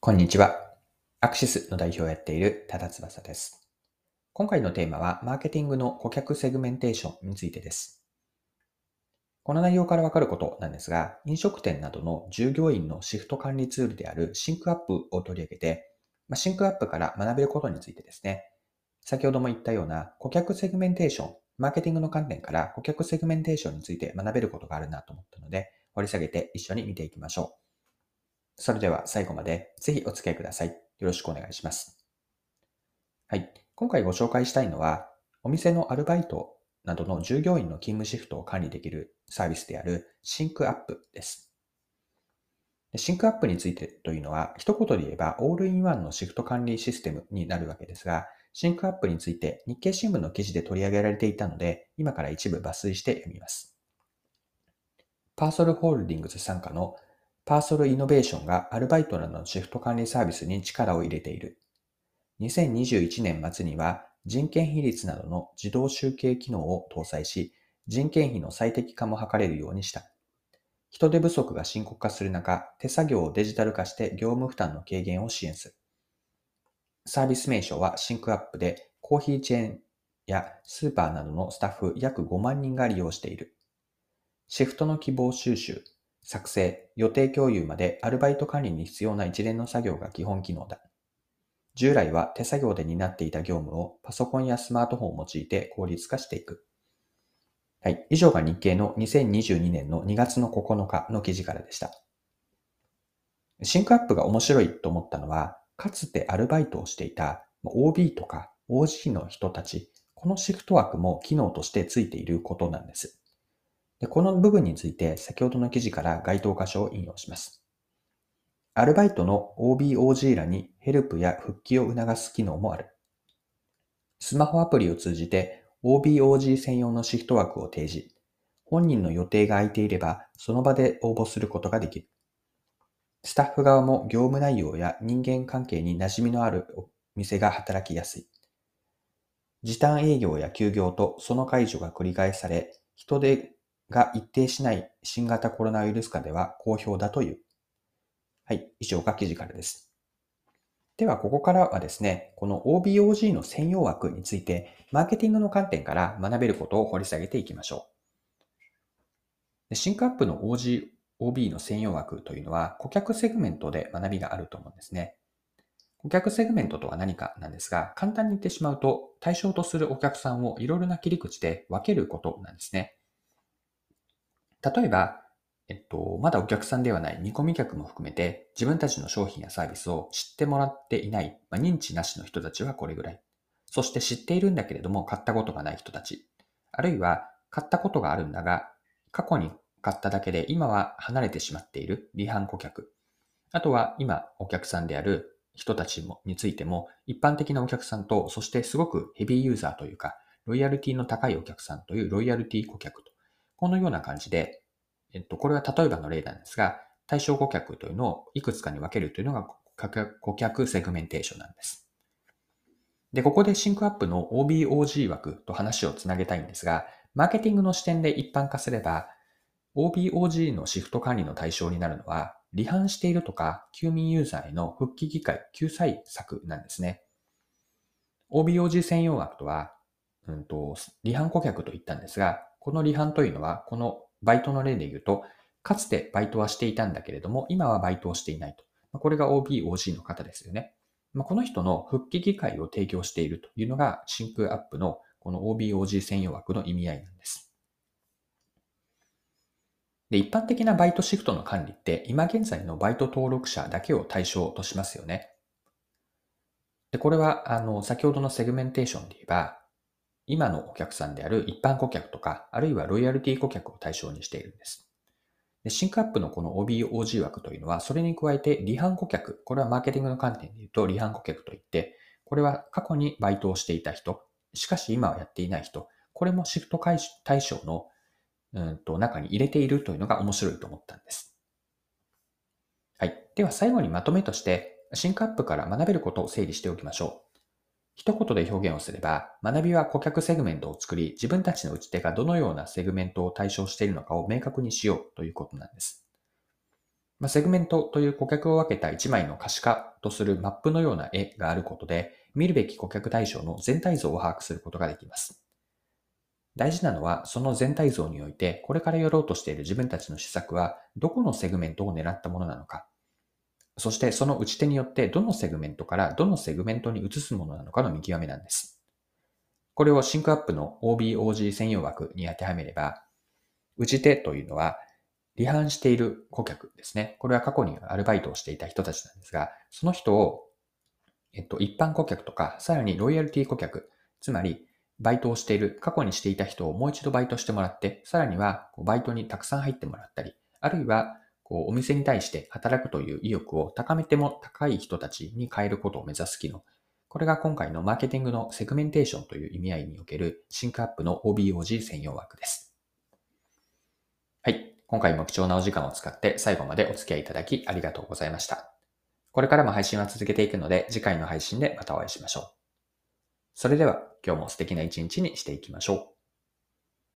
こんにちは。アクシスの代表をやっている多田翼です。今回のテーマはマーケティングの顧客セグメンテーションについてです。この内容からわかることなんですが、飲食店などの従業員のシフト管理ツールであるシンクアップを取り上げて、シンクアップから学べることについてですね、先ほども言ったような顧客セグメンテーション、マーケティングの観点から顧客セグメンテーションについて学べることがあるなと思ったので、掘り下げて一緒に見ていきましょう。それでは最後までぜひお付き合いください。よろしくお願いします。はい。今回ご紹介したいのは、お店のアルバイトなどの従業員の勤務シフトを管理できるサービスであるシンクアップです。シンクアップについてというのは、一言で言えばオールインワンのシフト管理システムになるわけですが、シンクアップについて日経新聞の記事で取り上げられていたので、今から一部抜粋して読みます。パーソルホールディングス傘下のパーソルイノベーションがアルバイトなどのシフト管理サービスに力を入れている。2021年末には人件比率などの自動集計機能を搭載し、人件費の最適化も図れるようにした。人手不足が深刻化する中、手作業をデジタル化して業務負担の軽減を支援する。サービス名称はシンクアップで、コーヒーチェーンやスーパーなどのスタッフ約5万人が利用している。シフトの希望収集、作成、予定共有までアルバイト管理に必要な一連の作業が基本機能だ。従来は手作業で担っていた業務をパソコンやスマートフォンを用いて効率化していく。はい。以上が日経の2022年の2月の9日の記事からでした。シンクアップが面白いと思ったのは、かつてアルバイトをしていた OB とか OG の人たち、このシフト枠も機能としてついていることなんです。で、この部分について先ほどの記事から該当箇所を引用します。アルバイトの OB/OG らにヘルプや復帰を促す機能もある。スマホアプリを通じて OB/OG 専用のシフト枠を提示。本人の予定が空いていれば、その場で応募することができる。スタッフ側も業務内容や人間関係に馴染みのある店が働きやすい。時短営業や休業とその解除が繰り返され、人手が一定しない新型コロナウイルス下では好評だという。はい、以上が記事からです。では、ここからはですね、この OBOG の専用枠について、マーケティングの観点から学べることを掘り下げていきましょう。シンクアップの OB の専用枠というのは、顧客セグメントで学びがあると思うんですね。顧客セグメントとは何かなんですが、簡単に言ってしまうと、対象とするお客さんをいろいろな切り口で分けることなんですね。例えば、まだお客さんではない見込み客も含めて自分たちの商品やサービスを知ってもらっていない、認知なしの人たちはこれぐらい。そして知っているんだけれども買ったことがない人たち。あるいは買ったことがあるんだが、過去に買っただけで今は離れてしまっている離反顧客。あとは今お客さんである人たちについても一般的なお客さんと、そしてすごくヘビーユーザーというか、ロイヤルティの高いお客さんというロイヤルティ顧客と。このような感じで、これは例えばの例なんですが、対象顧客というのをいくつかに分けるというのが顧客セグメンテーションなんです。で、ここでシンクアップの OBOG 枠と話をつなげたいんですが、マーケティングの視点で一般化すれば、OBOG のシフト管理の対象になるのは、離反しているとか、休眠ユーザーへの復帰機会、救済策なんですね。OBOG 専用枠とは、離反顧客と言ったんですが、この離反というのは、このバイトの例で言うと、かつてバイトはしていたんだけれども、今はバイトをしていないと。これが OBOG の方ですよね。この人の復帰機会を提供しているというのが、シンクアップのこの OBOG 専用枠の意味合いなんです。で、一般的なバイトシフトの管理って、今現在のバイト登録者だけを対象としますよね。で、これは、先ほどのセグメンテーションで言えば、今のお客さんである一般顧客とか、あるいはロイヤルティ顧客を対象にしているんです。で、シンクアップのこの OBOG 枠というのは、それに加えて離反顧客、これはマーケティングの観点で言うと離反顧客といって、これは過去にバイトをしていた人、しかし今はやっていない人、これもシフト対象の中に入れているというのが面白いと思ったんです。はい。では最後にまとめとして、シンクアップから学べることを整理しておきましょう。一言で表現をすれば、学びは顧客セグメントを作り、自分たちの打ち手がどのようなセグメントを対象しているのかを明確にしようということなんです。 セグメントという顧客を分けた1枚の可視化とするマップのような絵があることで、見るべき顧客対象の全体像を把握することができます。大事なのは、その全体像において、これからやろうとしている自分たちの施策は、どこのセグメントを狙ったものなのか、そしてその打ち手によってどのセグメントからどのセグメントに移すものなのかの見極めなんです。これをシンクアップの OBOG 専用枠に当てはめれば、打ち手というのは離反している顧客ですね。これは過去にアルバイトをしていた人たちなんですが、その人を、一般顧客とか、さらにロイヤルティ顧客、つまりバイトをしている、過去にしていた人をもう一度バイトしてもらって、さらにはバイトにたくさん入ってもらったり、あるいはお店に対して働くという意欲を高めても高い人たちに変えることを目指す機能。これが今回のマーケティングのセグメンテーションという意味合いにおけるシンクアップの OBOG 専用枠です。はい。今回も貴重なお時間を使って最後までお付き合いいただきありがとうございました。これからも配信は続けていくので、次回の配信でまたお会いしましょう。それでは今日も素敵な一日にしていきましょう。